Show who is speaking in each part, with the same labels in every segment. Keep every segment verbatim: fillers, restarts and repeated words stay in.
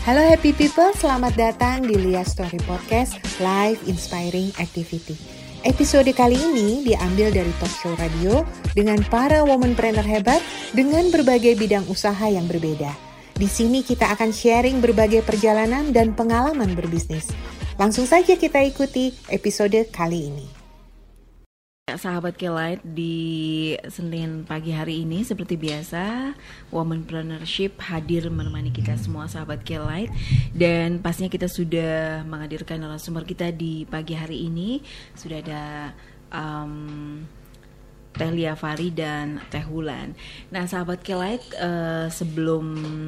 Speaker 1: Halo happy people, selamat datang di Lia Story Podcast Live Inspiring Activity. Episode kali ini diambil dari talk show radio dengan para womanpreneur hebat dengan berbagai bidang usaha yang berbeda. Di sini kita akan sharing berbagai perjalanan dan pengalaman berbisnis. Langsung saja kita ikuti episode kali ini.
Speaker 2: Sahabat K-Lite, di Senin pagi hari ini seperti biasa Womanpreneurship hadir menemani kita semua sahabat K-Lite. Dan pastinya kita sudah menghadirkan narasumber kita di pagi hari ini. Sudah ada um, Teh Lia Fari dan Teh Wulan. Nah sahabat K-Lite, uh, sebelum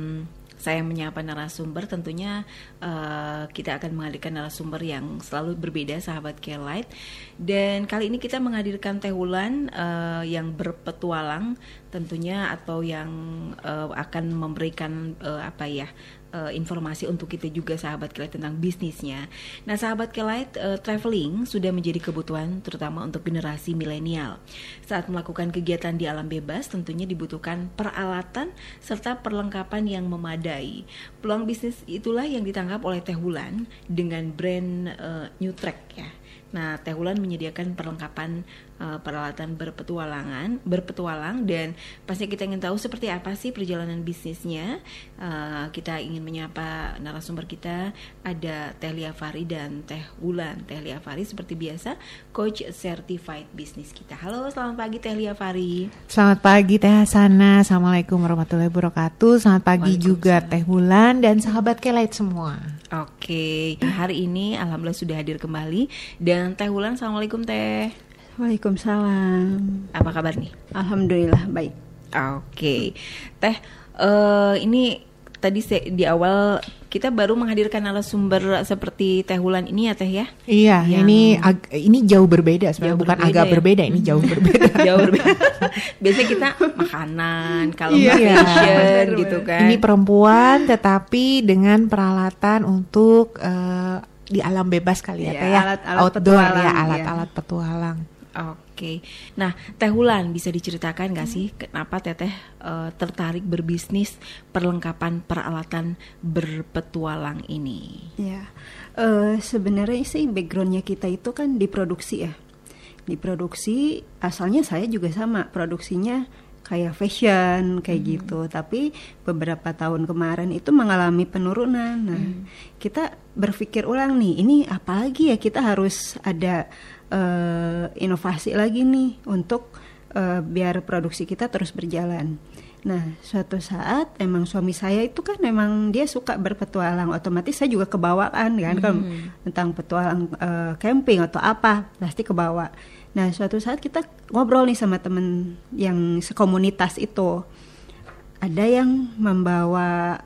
Speaker 2: saya menyapa narasumber, tentunya uh, kita akan menghadirkan narasumber yang selalu berbeda sahabat K-Lite. Dan kali ini kita menghadirkan Teh Wulan uh, yang berpetualang tentunya, atau yang uh, akan memberikan uh, apa ya uh, informasi untuk kita juga sahabat K-Lite tentang bisnisnya. Nah sahabat K-Lite, uh, traveling sudah menjadi kebutuhan terutama untuk generasi milenial. Saat melakukan kegiatan di alam bebas tentunya dibutuhkan peralatan serta perlengkapan yang memadai. Peluang bisnis itulah yang ditangkap oleh Teh Wulan dengan brand uh, Newtrek ya. Nah, Teh Wulan menyediakan perlengkapan uh, peralatan berpetualangan, berpetualang, dan pasti kita ingin tahu seperti apa sih perjalanan bisnisnya. Uh, kita ingin menyapa narasumber kita, ada Teh Lia Fari dan Teh Wulan. Teh Lia Fari seperti biasa coach certified bisnis kita. Halo, selamat pagi Teh Lia Fari.
Speaker 1: Selamat pagi Teh Hasana. Assalamualaikum warahmatullahi wabarakatuh. Selamat pagi juga Teh Wulan dan sahabat K-Lite semua.
Speaker 2: Oke, hari ini alhamdulillah sudah hadir kembali. Dan Teh Wulan, assalamualaikum Teh.
Speaker 3: Waalaikumsalam.
Speaker 2: Apa kabar nih?
Speaker 3: Alhamdulillah baik.
Speaker 2: Oke, Teh, uh, ini tadi se- di awal kita baru menghadirkan narasumber seperti Teh Wulan ini ya Teh ya?
Speaker 1: Iya, yang ini ag- ini jauh berbeda sebenarnya, bukan
Speaker 2: berbeda,
Speaker 1: agak
Speaker 2: ya?
Speaker 1: berbeda, ini jauh berbeda.
Speaker 2: Jauh berbeda. Biasanya kita makanan, kalau
Speaker 1: iya,
Speaker 2: nggak fashion
Speaker 3: bener,
Speaker 2: gitu kan.
Speaker 1: Ini perempuan tetapi dengan peralatan untuk uh, di alam bebas kali ya,
Speaker 3: Iya,
Speaker 1: Teh ya,
Speaker 3: alat-alat
Speaker 1: outdoor
Speaker 3: petualang,
Speaker 1: ya,
Speaker 3: iya.
Speaker 1: alat-alat petualang.
Speaker 2: Oke, nah Teh Wulan bisa diceritakan nggak sih kenapa Teteh uh, tertarik berbisnis perlengkapan peralatan berpetualang ini?
Speaker 3: Ya, uh, sebenarnya sih backgroundnya kita itu kan diproduksi ya, diproduksi asalnya saya juga sama produksinya kayak fashion kayak hmm. gitu, tapi beberapa tahun kemarin itu mengalami penurunan. Nah, hmm. kita berpikir ulang nih, ini apalagi ya kita harus ada Uh, inovasi lagi nih untuk uh, biar produksi kita terus berjalan. Nah, suatu saat emang suami saya itu kan memang dia suka berpetualang, otomatis saya juga kebawaan kan, hmm. kan tentang petualang uh, camping atau apa pasti kebawa. Nah, suatu saat kita ngobrol nih sama temen yang sekomunitas itu, ada yang membawa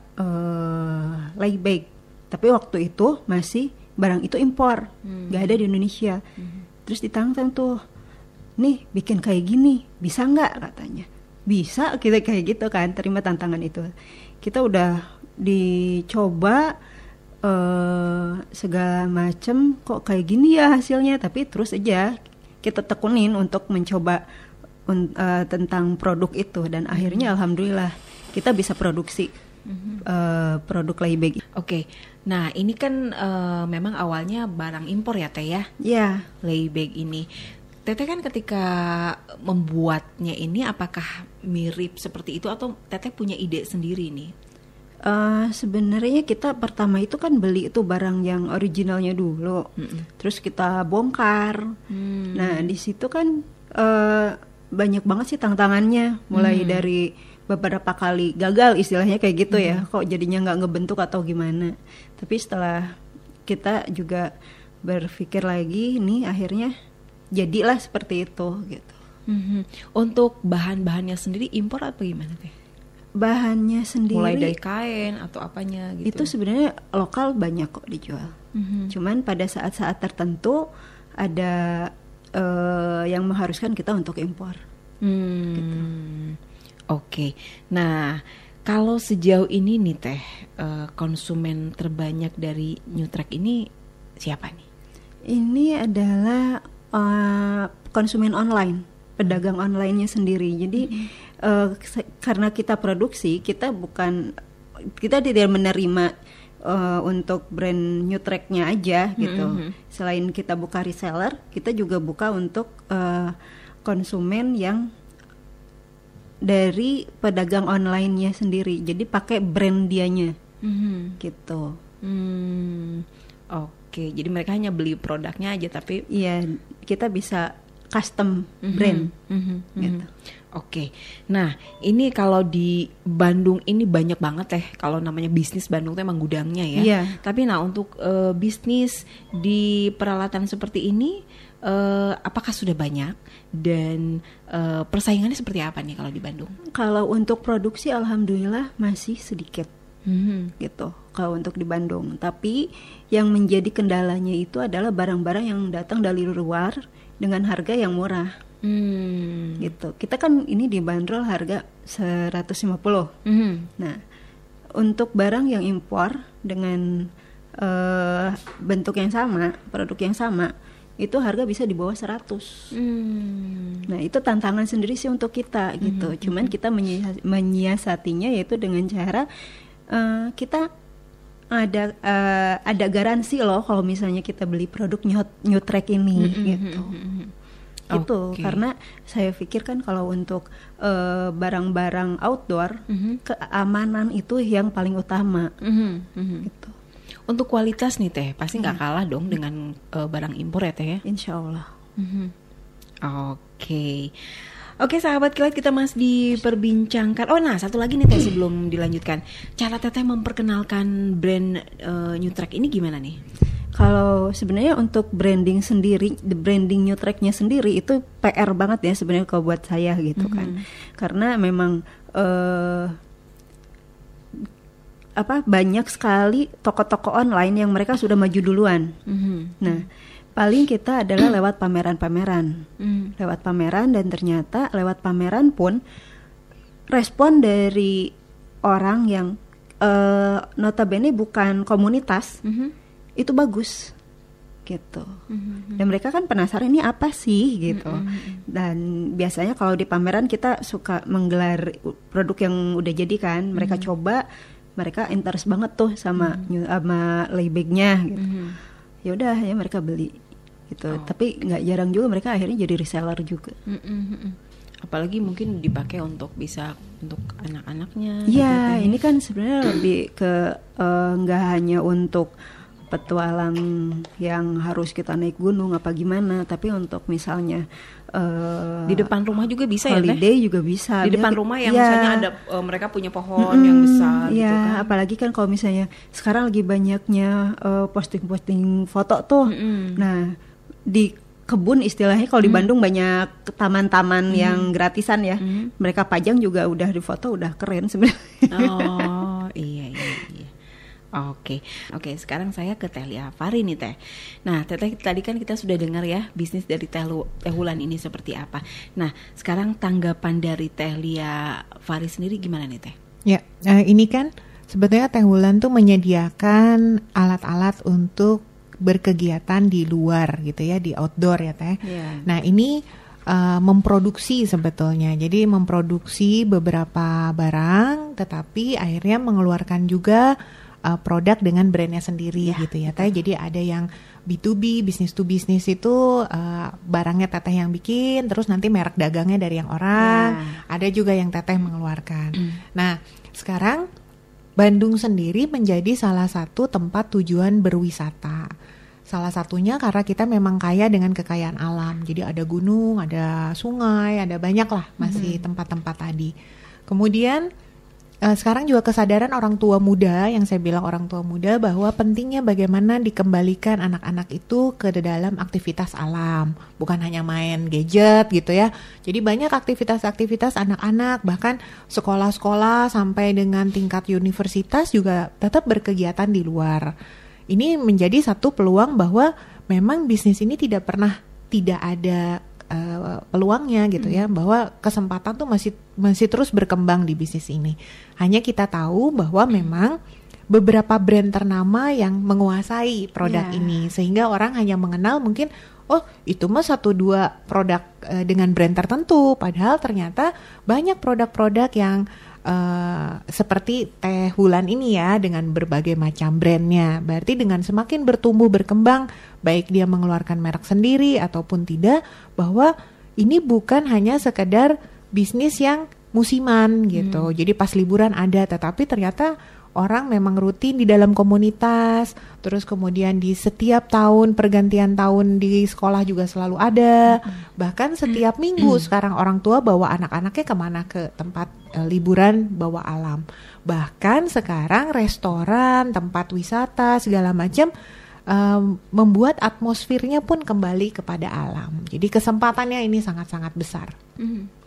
Speaker 3: uh, layback, tapi waktu itu masih barang itu impor, hmm. gak ada di Indonesia. Hmm. Terus ditantang tuh, nih bikin kayak gini, bisa nggak katanya? Bisa, kita kayak gitu kan, terima tantangan itu. Kita udah dicoba uh, segala macem, kok kayak gini ya hasilnya. Tapi terus aja kita tekunin untuk mencoba un, uh, tentang produk itu. Dan akhirnya alhamdulillah kita bisa produksi mm-hmm. uh, produk layback.
Speaker 2: Oke. Okay. Nah ini kan uh, memang awalnya barang impor ya Teh ya?
Speaker 3: Iya. Yeah.
Speaker 2: Layback ini. Teteh kan ketika membuatnya ini apakah mirip seperti itu atau Teteh punya ide sendiri nih?
Speaker 3: Uh, sebenarnya kita pertama itu kan beli itu barang yang originalnya dulu, mm-mm. terus kita bongkar. Mm. Nah di situ kan uh, banyak banget sih tantangannya, mulai mm. dari beberapa kali gagal istilahnya kayak gitu hmm. ya, kok jadinya nggak ngebentuk atau gimana. Tapi setelah kita juga berpikir lagi, nih akhirnya jadilah seperti itu gitu.
Speaker 2: Hmm. Untuk bahan-bahannya sendiri impor atau gimana Teh?
Speaker 3: Bahannya sendiri
Speaker 2: mulai dari kain atau apanya gitu?
Speaker 3: Itu sebenarnya lokal banyak kok dijual. Hmm. Cuman pada saat-saat tertentu ada uh, yang mengharuskan kita untuk impor. Hmm. Gitu.
Speaker 2: Oke, nah kalau sejauh ini nih Teh, uh, konsumen terbanyak dari Newtrek ini siapa nih?
Speaker 3: Ini adalah uh, konsumen online, pedagang online-nya sendiri. Jadi mm-hmm. uh, se- karena kita produksi, kita bukan kita tidak menerima uh, untuk brand Nutrex-nya aja gitu.
Speaker 2: Mm-hmm.
Speaker 3: Selain kita buka reseller, kita juga buka untuk uh, konsumen yang dari pedagang online-nya sendiri. Jadi pakai brand dianya,
Speaker 2: mm-hmm.
Speaker 3: gitu.
Speaker 2: Hmm, Oke, okay. Jadi mereka hanya beli produknya aja, tapi
Speaker 3: iya kita bisa custom
Speaker 2: mm-hmm.
Speaker 3: brand,
Speaker 2: mm-hmm.
Speaker 3: gitu.
Speaker 2: Oke, okay. Nah ini kalau di Bandung ini banyak banget teh. Kalau namanya bisnis Bandung tuh emang gudangnya ya.
Speaker 3: Iya.
Speaker 2: Tapi nah untuk uh, bisnis di peralatan seperti ini, uh, apakah sudah banyak dan uh, persaingannya seperti apa nih kalau di Bandung?
Speaker 3: Kalau untuk produksi, alhamdulillah masih sedikit,
Speaker 2: mm-hmm.
Speaker 3: gitu. Kalau untuk di Bandung, tapi yang menjadi kendalanya itu adalah barang-barang yang datang dari luar dengan harga yang murah.
Speaker 2: Hmm.
Speaker 3: Gitu. Kita kan ini dibanderol harga seratus lima puluh.
Speaker 2: Mm-hmm.
Speaker 3: Nah, untuk barang yang impor dengan uh, bentuk yang sama, produk yang sama, itu harga bisa di bawah seratus.
Speaker 2: Mm.
Speaker 3: Nah, itu tantangan sendiri sih untuk kita gitu.
Speaker 2: Mm-hmm.
Speaker 3: Cuman kita menyias- menyiasatinya yaitu dengan cara uh, kita ada uh, ada garansi loh kalau misalnya kita beli produk Nutrex ini, mm-hmm. gitu.
Speaker 2: Mm-hmm.
Speaker 3: Itu
Speaker 2: okay.
Speaker 3: Karena saya pikir kan kalau untuk uh, barang-barang outdoor,
Speaker 2: mm-hmm.
Speaker 3: keamanan itu yang paling utama,
Speaker 2: mm-hmm. Mm-hmm.
Speaker 3: gitu.
Speaker 2: Untuk kualitas nih teh pasti nggak
Speaker 3: Ya.
Speaker 2: kalah dong dengan uh, barang impor ya teh ya.
Speaker 3: Insya Allah.
Speaker 2: Mm-hmm. Oke, okay. Oke sahabat kilat, kita masih diperbincangkan. Oh nah satu lagi nih teh sebelum dilanjutkan, cara teteh memperkenalkan brand uh, Nutrex ini gimana nih?
Speaker 3: Kalau sebenarnya untuk branding sendiri, the branding Nutrex-nya sendiri itu P R banget ya sebenarnya kalau buat saya gitu kan. Mm-hmm. Karena memang uh, apa banyak sekali toko-toko online yang mereka sudah maju duluan.
Speaker 2: Mm-hmm.
Speaker 3: Nah, paling kita adalah lewat pameran-pameran.
Speaker 2: Mm.
Speaker 3: Lewat pameran, dan ternyata lewat pameran pun respon dari orang yang uh, notabene bukan komunitas, mm-hmm. itu bagus gitu. Mm-hmm. Dan mereka kan penasaran ini apa sih gitu. Mm-hmm. Dan biasanya kalau di pameran kita suka menggelar produk yang udah jadi kan, mereka mm-hmm. coba, mereka interest banget tuh sama mm-hmm. sama laybag-nya gitu. Mm-hmm. Ya udah ya mereka beli gitu. Oh, Tapi nggak okay. jarang juga mereka akhirnya jadi reseller juga.
Speaker 2: Mm-hmm. Apalagi mungkin dipakai untuk bisa untuk anak-anaknya.
Speaker 3: Iya, ini kan sebenarnya lebih ke nggak uh, hanya untuk petualang yang harus kita naik gunung apa gimana, tapi untuk misalnya uh,
Speaker 2: di depan rumah juga bisa ya teh?
Speaker 3: Holiday juga bisa.
Speaker 2: Di depan rumah yang
Speaker 3: ya.
Speaker 2: misalnya ada uh, mereka punya pohon mm-hmm, yang besar
Speaker 3: ya,
Speaker 2: gitu kan.
Speaker 3: Apalagi kan kalau misalnya sekarang lagi banyaknya uh, posting-posting foto tuh. Mm-hmm. Nah, di kebun istilahnya kalau di mm-hmm. Bandung banyak taman-taman mm-hmm. yang gratisan ya. Mm-hmm. Mereka pajang juga udah di foto udah keren sebenarnya.
Speaker 2: Oh, iya iya iya. Oke, oke. Sekarang saya ke Teh Lia Fari nih Teh. Nah, Teh tadi kan kita sudah dengar ya bisnis dari Teh, Lu, Teh Wulan ini seperti apa. Nah, sekarang tanggapan dari Teh Lia Fari sendiri gimana nih Teh?
Speaker 1: Ya, uh, ini kan sebetulnya Teh Wulan tuh menyediakan alat-alat untuk berkegiatan di luar gitu ya, di outdoor ya Teh. Yeah. Nah, ini uh, memproduksi sebetulnya. Jadi memproduksi beberapa barang, tetapi akhirnya mengeluarkan juga Uh, produk dengan brandnya sendiri ya, gitu ya Teh. Jadi ada yang B to B, business to business itu uh, barangnya Teteh yang bikin, terus nanti merek dagangnya dari yang orang. Ya. Ada juga yang Teteh mengeluarkan. Mm. Nah, sekarang Bandung sendiri menjadi salah satu tempat tujuan berwisata. Salah satunya karena kita memang kaya dengan kekayaan alam. Jadi ada gunung, ada sungai, ada banyak lah masih mm-hmm. tempat-tempat tadi. Kemudian Uh, sekarang juga kesadaran orang tua muda, yang saya bilang orang tua muda, bahwa pentingnya bagaimana dikembalikan anak-anak itu ke dalam aktivitas alam, bukan hanya main gadget gitu ya. Jadi banyak aktivitas-aktivitas anak-anak, bahkan sekolah-sekolah sampai dengan tingkat universitas juga tetap berkegiatan di luar. Ini menjadi satu peluang bahwa memang bisnis ini tidak pernah tidak ada Uh, peluangnya gitu ya, bahwa kesempatan tuh masih masih terus berkembang di bisnis ini. Hanya kita tahu bahwa memang beberapa brand ternama yang menguasai produk yeah. ini, sehingga orang hanya mengenal mungkin oh itu mah satu dua produk uh, dengan brand tertentu, padahal ternyata banyak produk-produk yang Uh, seperti Teh Wulan ini ya, dengan berbagai macam brandnya. Berarti dengan semakin bertumbuh berkembang, baik dia mengeluarkan merek sendiri ataupun tidak, bahwa ini bukan hanya sekedar bisnis yang musiman gitu. Hmm. Jadi pas liburan ada, tetapi ternyata orang memang rutin di dalam komunitas, terus kemudian di setiap tahun pergantian tahun di sekolah juga selalu ada, mm-hmm. bahkan setiap minggu mm-hmm. sekarang orang tua bawa anak-anaknya kemana, ke tempat e, liburan bawah alam. Bahkan sekarang restoran, tempat wisata segala macam e, membuat atmosfernya pun kembali kepada alam. Jadi kesempatannya ini sangat-sangat besar.
Speaker 2: Mm-hmm.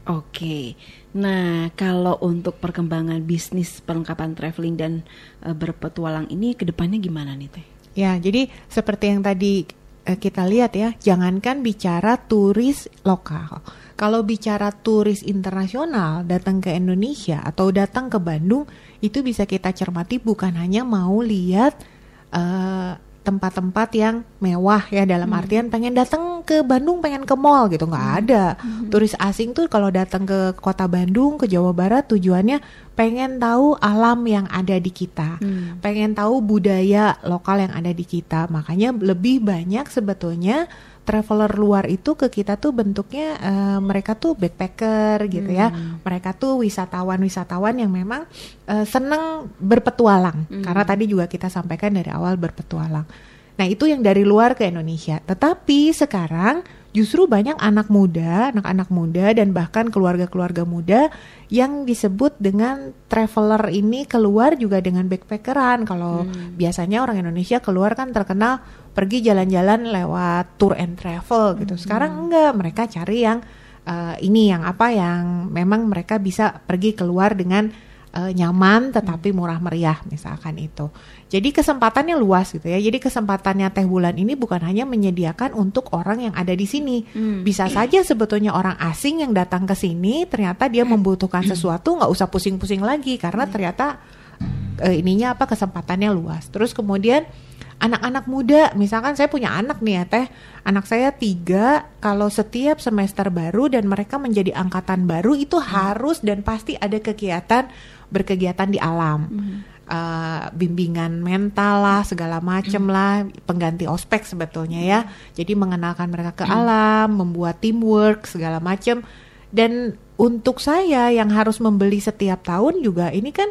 Speaker 2: Oke, nah kalau untuk perkembangan bisnis perlengkapan traveling dan e, berpetualang ini kedepannya gimana nih Teh?
Speaker 1: Ya, jadi seperti yang tadi e, kita lihat ya, jangankan bicara turis lokal, kalau bicara turis internasional datang ke Indonesia atau datang ke Bandung, itu bisa kita cermati bukan hanya mau lihat e, tempat-tempat yang mewah ya, dalam hmm. artian pengen datang ke Bandung, pengen ke mall gitu, nggak hmm. ada. Hmm. Turis asing tuh kalau datang ke kota Bandung, ke Jawa Barat, tujuannya pengen tahu alam yang ada di kita, hmm. pengen tahu budaya lokal yang ada di kita. Makanya lebih banyak sebetulnya traveler luar itu ke kita tuh bentuknya uh, mereka tuh backpacker gitu hmm. ya. Mereka tuh wisatawan-wisatawan yang memang uh, seneng berpetualang. Hmm. Karena tadi juga kita sampaikan dari awal berpetualang. Nah itu yang dari luar ke Indonesia. Tetapi sekarang justru banyak anak muda, anak-anak muda dan bahkan keluarga-keluarga muda yang disebut dengan traveler ini keluar juga dengan backpackeran. Kalau hmm. biasanya orang Indonesia keluar kan terkenal pergi jalan-jalan lewat tour and travel gitu. Sekarang enggak, mereka cari yang uh, ini yang apa yang memang mereka bisa pergi keluar dengan uh, nyaman tetapi murah meriah misalkan itu. Jadi kesempatannya luas gitu ya. Jadi kesempatannya Teh Wulan ini bukan hanya menyediakan untuk orang yang ada di sini. Hmm. Bisa saja sebetulnya orang asing yang datang ke sini ternyata dia membutuhkan sesuatu, nggak usah pusing-pusing lagi karena ternyata uh, ininya apa kesempatannya luas. Terus kemudian anak-anak muda, misalkan saya punya anak nih ya Teh, anak saya tiga, kalau setiap semester baru dan mereka menjadi angkatan baru itu hmm. harus dan pasti ada kegiatan berkegiatan di alam. Hmm. Uh, bimbingan mental lah, segala macem mm. lah, pengganti ospek sebetulnya ya. Jadi mengenalkan mereka ke mm. alam, membuat teamwork segala macem. Dan untuk saya yang harus membeli setiap tahun juga ini kan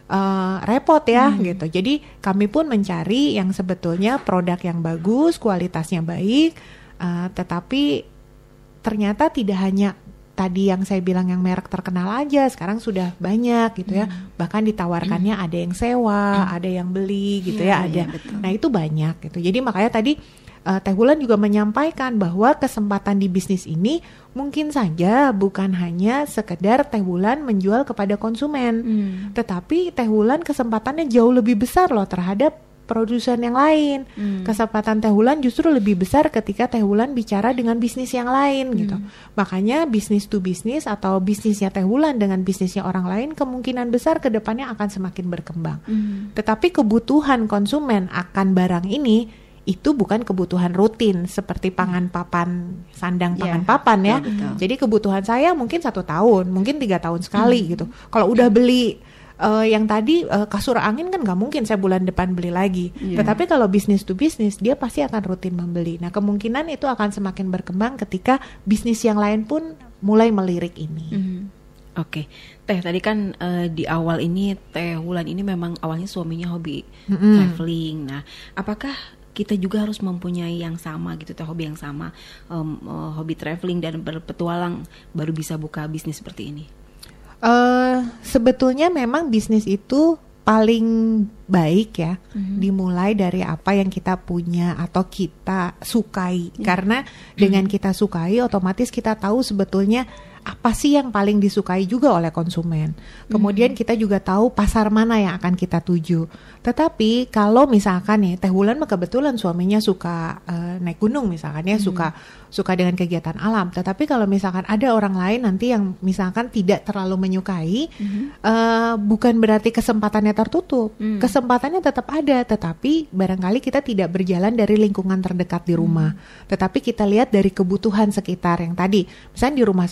Speaker 1: uh, repot ya mm. gitu. Jadi kami pun mencari yang sebetulnya produk yang bagus, kualitasnya baik, uh, tetapi ternyata tidak hanya tadi yang saya bilang yang merek terkenal aja, sekarang sudah banyak gitu ya. Hmm. Bahkan ditawarkannya hmm. ada yang sewa, hmm. ada yang beli gitu ya, ya ada. Ya, nah itu banyak gitu. Jadi makanya tadi uh, Teh Wulan juga menyampaikan bahwa kesempatan di bisnis ini mungkin saja bukan hanya sekedar Teh Wulan menjual kepada konsumen, hmm. tetapi Teh Wulan kesempatannya jauh lebih besar loh terhadap produsen yang lain. Hmm. Kesempatan Teh Wulan justru lebih besar ketika Teh Wulan bicara dengan bisnis yang lain hmm. gitu. Makanya bisnis to bisnis atau bisnisnya Teh Wulan dengan bisnisnya orang lain kemungkinan besar ke depannya akan semakin berkembang. Hmm. Tetapi kebutuhan konsumen akan barang ini itu bukan kebutuhan rutin seperti pangan papan, sandang pangan yeah. papan ya. Betul. Jadi kebutuhan saya mungkin satu tahun, mungkin tiga tahun sekali hmm. gitu. Kalau udah beli Uh, yang tadi uh, kasur angin kan nggak mungkin saya bulan depan beli lagi. Yeah. Tetapi kalau bisnis to bisnis dia pasti akan rutin membeli. Nah kemungkinan itu akan semakin berkembang ketika bisnis yang lain pun mulai melirik ini. Mm-hmm.
Speaker 2: Oke, okay. Teh tadi kan uh, di awal ini Teh Wulan ini memang awalnya suaminya hobi
Speaker 1: mm-hmm.
Speaker 2: traveling. Nah apakah kita juga harus mempunyai yang sama gitu, Teh, hobi yang sama, um, uh, hobi traveling dan berpetualang baru bisa buka bisnis seperti ini?
Speaker 1: Uh, sebetulnya memang bisnis itu paling baik ya mm-hmm. dimulai dari apa yang kita punya atau kita sukai yeah. karena mm-hmm. dengan kita sukai otomatis kita tahu sebetulnya apa sih yang paling disukai juga oleh konsumen. Kemudian mm-hmm. kita juga tahu pasar mana yang akan kita tuju. Tetapi kalau misalkan nih Teh Wulan mah kebetulan suaminya suka uh, naik gunung misalkan ya, mm-hmm. suka suka dengan kegiatan alam. Tetapi kalau misalkan ada orang lain nanti yang misalkan tidak terlalu menyukai, mm-hmm. uh, bukan berarti kesempatannya tertutup. Mm-hmm. Kesempatannya tetap ada, tetapi barangkali kita tidak berjalan dari lingkungan terdekat di rumah. Mm-hmm. Tetapi kita lihat dari kebutuhan sekitar yang tadi. Misalnya di rumah saya orang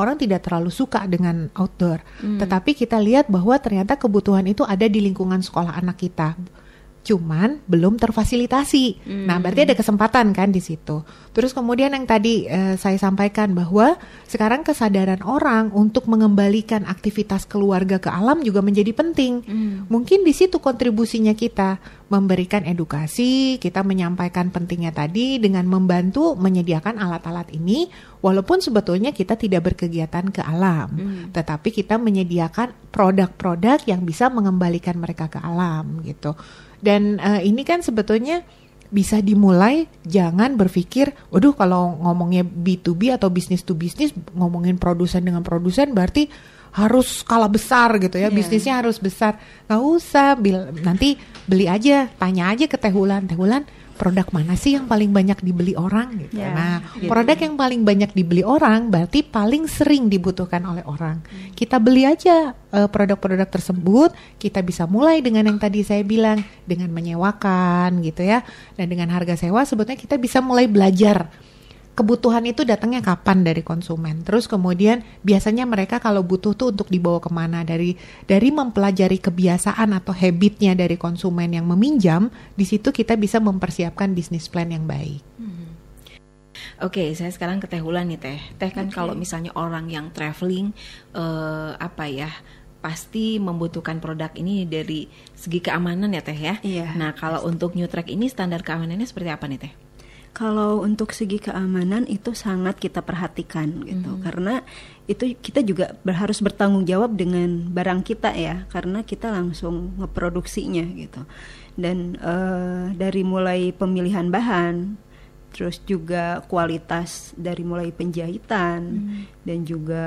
Speaker 1: orang-orang tidak terlalu suka dengan outdoor. Hmm. Tetapi kita lihat bahwa ternyata kebutuhan itu ada di lingkungan sekolah anak kita. Cuman belum terfasilitasi. Hmm. Nah, berarti ada kesempatan kan di situ. Terus kemudian yang tadi eh, saya sampaikan bahwa sekarang kesadaran orang untuk mengembalikan aktivitas keluarga ke alam juga menjadi penting. Hmm. Mungkin di situ kontribusinya kita memberikan edukasi, kita menyampaikan pentingnya tadi dengan membantu menyediakan alat-alat ini, walaupun sebetulnya kita tidak berkegiatan ke alam, hmm. tetapi kita menyediakan produk-produk yang bisa mengembalikan mereka ke alam gitu. Dan uh, ini kan sebetulnya bisa dimulai, jangan berpikir, waduh kalau ngomongnya B to B atau business to business, ngomongin produsen dengan produsen berarti harus skala besar gitu ya, yeah. bisnisnya harus besar. Nggak usah, bil- nanti beli aja, tanya aja ke Teh Wulan, Teh Wulan produk mana sih yang paling banyak dibeli orang gitu. Yeah, nah, gitu. Produk yang paling banyak dibeli orang berarti paling sering dibutuhkan oleh orang. Hmm. Kita beli aja uh, produk-produk tersebut, kita bisa mulai dengan yang tadi saya bilang, dengan menyewakan gitu ya. Dan dengan harga sewa sebetulnya kita bisa mulai belajar kebutuhan itu datangnya kapan dari konsumen. Terus kemudian biasanya mereka kalau butuh tuh untuk dibawa kemana, dari dari mempelajari kebiasaan atau habitnya dari konsumen yang meminjam. Di situ kita bisa mempersiapkan bisnis plan yang baik. Hmm.
Speaker 2: Oke, okay, saya sekarang ke Teh Wulan nih Teh. Teh kan okay. Kalau misalnya orang yang traveling uh, apa ya, pasti membutuhkan produk ini dari segi keamanan ya Teh ya.
Speaker 3: Iya.
Speaker 2: Nah kalau pasti. Untuk Newtrack ini standar keamanannya seperti apa nih Teh?
Speaker 3: Kalau untuk segi keamanan itu sangat kita perhatikan gitu, mm-hmm. karena itu kita juga ber- harus bertanggung jawab dengan barang kita ya, karena kita langsung ngeproduksinya gitu. Dan uh, dari mulai pemilihan bahan, terus juga kualitas dari mulai penjahitan mm-hmm. dan juga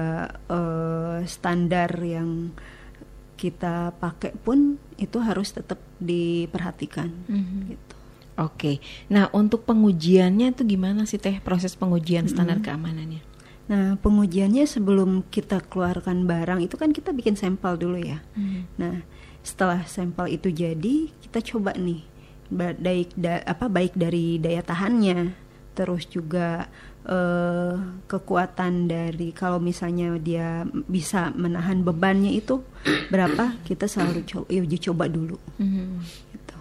Speaker 3: uh, standar yang kita pakai pun itu harus tetap diperhatikan mm-hmm. gitu.
Speaker 2: Oke, nah untuk pengujiannya itu gimana sih Teh, proses pengujian standar hmm. keamanannya?
Speaker 3: Nah pengujiannya sebelum kita keluarkan barang itu kan kita bikin sampel dulu ya. Hmm. Nah setelah sampel itu jadi kita coba nih baik da, apa baik dari daya tahannya, terus juga eh, kekuatan dari kalau misalnya dia bisa menahan bebannya itu berapa, kita selalu coba, uji coba dulu. Hmm. Gitu.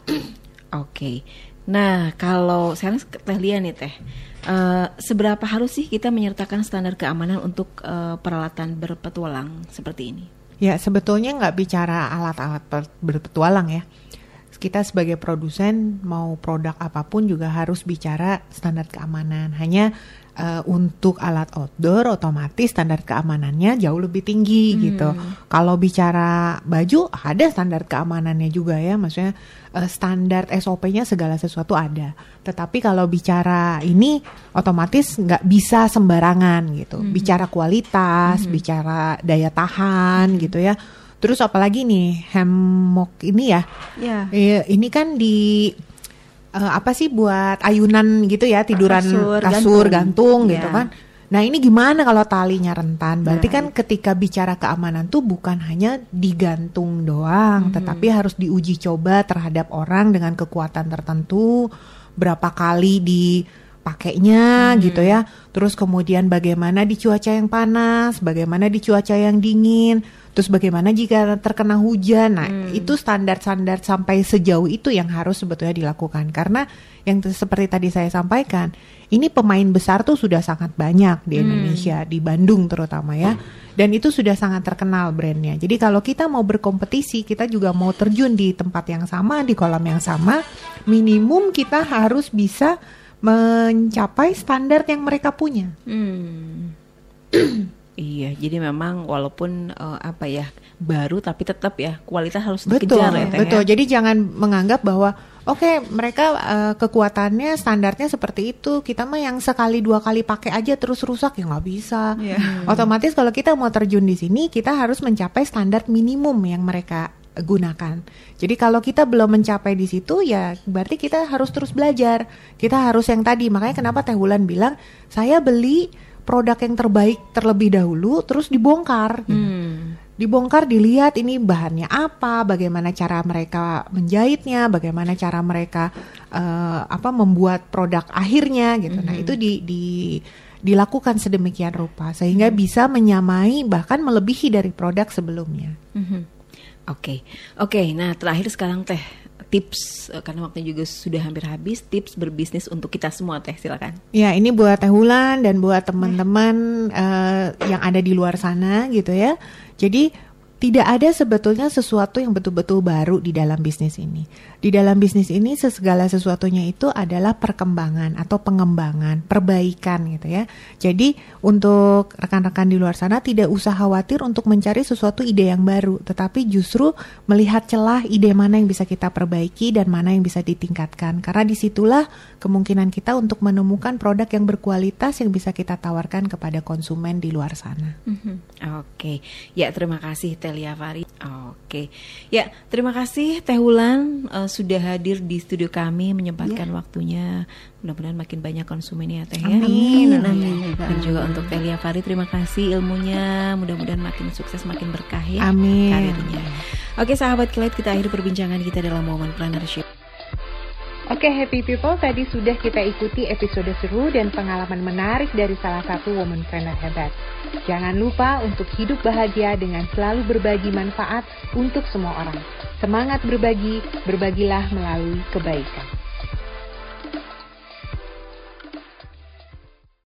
Speaker 2: Oke. Nah, kalau sekarang Teh Lia nih Teh, uh, seberapa harus sih kita menyertakan standar keamanan untuk uh, peralatan berpetualang seperti ini?
Speaker 1: Ya, sebetulnya nggak bicara alat-alat berpetualang ya. Kita sebagai produsen mau produk apapun juga harus bicara standar keamanan. Hanya uh, untuk alat outdoor otomatis standar keamanannya jauh lebih tinggi hmm. gitu. Kalau bicara baju ada standar keamanannya juga ya, maksudnya uh, standar S O P-nya segala sesuatu ada. Tetapi kalau bicara ini otomatis nggak bisa sembarangan gitu. Hmm. Bicara kualitas, hmm. bicara daya tahan hmm. gitu ya. Terus apalagi nih hammock ini ya,
Speaker 3: yeah.
Speaker 1: ini kan di uh, apa sih buat ayunan gitu ya, tiduran kasur, kasur gantung, gantung yeah. gitu kan. Nah ini gimana kalau talinya rentan? Berarti nah. kan ketika bicara keamanan tuh bukan hanya digantung doang, mm-hmm. tetapi harus diuji coba terhadap orang dengan kekuatan tertentu, berapa kali dipakainya hmm. gitu ya. Terus kemudian bagaimana di cuaca yang panas, bagaimana di cuaca yang dingin. Terus bagaimana jika terkena hujan? Nah, hmm. itu standar-standar sampai sejauh itu yang harus sebetulnya dilakukan. Karena yang t- seperti tadi saya sampaikan, ini pemain besar tuh sudah sangat banyak di Indonesia, hmm. di Bandung terutama ya. Dan itu sudah sangat terkenal brandnya. Jadi kalau kita mau berkompetisi, kita juga mau terjun di tempat yang sama, di kolam yang sama, minimum kita harus bisa mencapai standar yang mereka punya.
Speaker 2: Hmm. Iya, jadi memang walaupun uh, apa ya baru tapi tetap ya kualitas harus dikejar ya Teh.
Speaker 1: Betul, ya? Jadi jangan menganggap bahwa oke okay, mereka uh, kekuatannya standarnya seperti itu, kita mah yang sekali dua kali pakai aja terus rusak ya nggak bisa. Yeah. Otomatis kalau kita mau terjun di sini kita harus mencapai standar minimum yang mereka gunakan. Jadi kalau kita belum mencapai di situ ya berarti kita harus terus belajar. Kita harus yang tadi, makanya kenapa Teh Wulan bilang saya beli produk yang terbaik terlebih dahulu terus dibongkar. Hmm. Dibongkar, dilihat ini bahannya apa, bagaimana cara mereka menjahitnya, bagaimana cara mereka uh, apa membuat produk akhirnya gitu. Hmm. Nah, itu di di dilakukan sedemikian rupa sehingga bisa menyamai bahkan melebihi dari produk sebelumnya.
Speaker 2: Mm-hmm. Oke, okay. oke. Okay, nah terakhir sekarang Teh, tips karena waktunya juga sudah hampir habis, tips berbisnis untuk kita semua Teh, silakan.
Speaker 1: Ya, ini buat Teh Wulan dan buat teman-teman uh, yang ada di luar sana gitu ya. Jadi tidak ada sebetulnya sesuatu yang betul-betul baru di dalam bisnis ini. Di dalam bisnis ini segala sesuatunya itu adalah perkembangan atau pengembangan, perbaikan gitu ya. Jadi untuk rekan-rekan di luar sana tidak usah khawatir untuk mencari sesuatu ide yang baru, tetapi justru melihat celah ide mana yang bisa kita perbaiki dan mana yang bisa ditingkatkan. Karena disitulah kemungkinan kita untuk menemukan produk yang berkualitas yang bisa kita tawarkan kepada konsumen di luar sana.
Speaker 2: Mm-hmm. Oke, okay. Ya terima kasih Telia Fari. Oke, okay. Ya terima kasih Teh Wulan uh, sudah hadir di studio kami menyempatkan ya. waktunya. Mudah-mudahan makin banyak konsumen ya Teh ya.
Speaker 3: Amin, amin.
Speaker 2: Dan juga untuk Telia Fari terima kasih ilmunya. Mudah-mudahan makin sukses, makin berkah ya
Speaker 1: Amin.
Speaker 2: karirnya. Oke sahabat Kilat, kita akhiri perbincangan kita dalam Womanpreneurship.
Speaker 1: Oke happy people, tadi sudah kita ikuti episode seru dan pengalaman menarik dari salah satu womanpreneur hebat. Jangan lupa untuk hidup bahagia dengan selalu berbagi manfaat untuk semua orang. Semangat berbagi, berbagilah melalui kebaikan.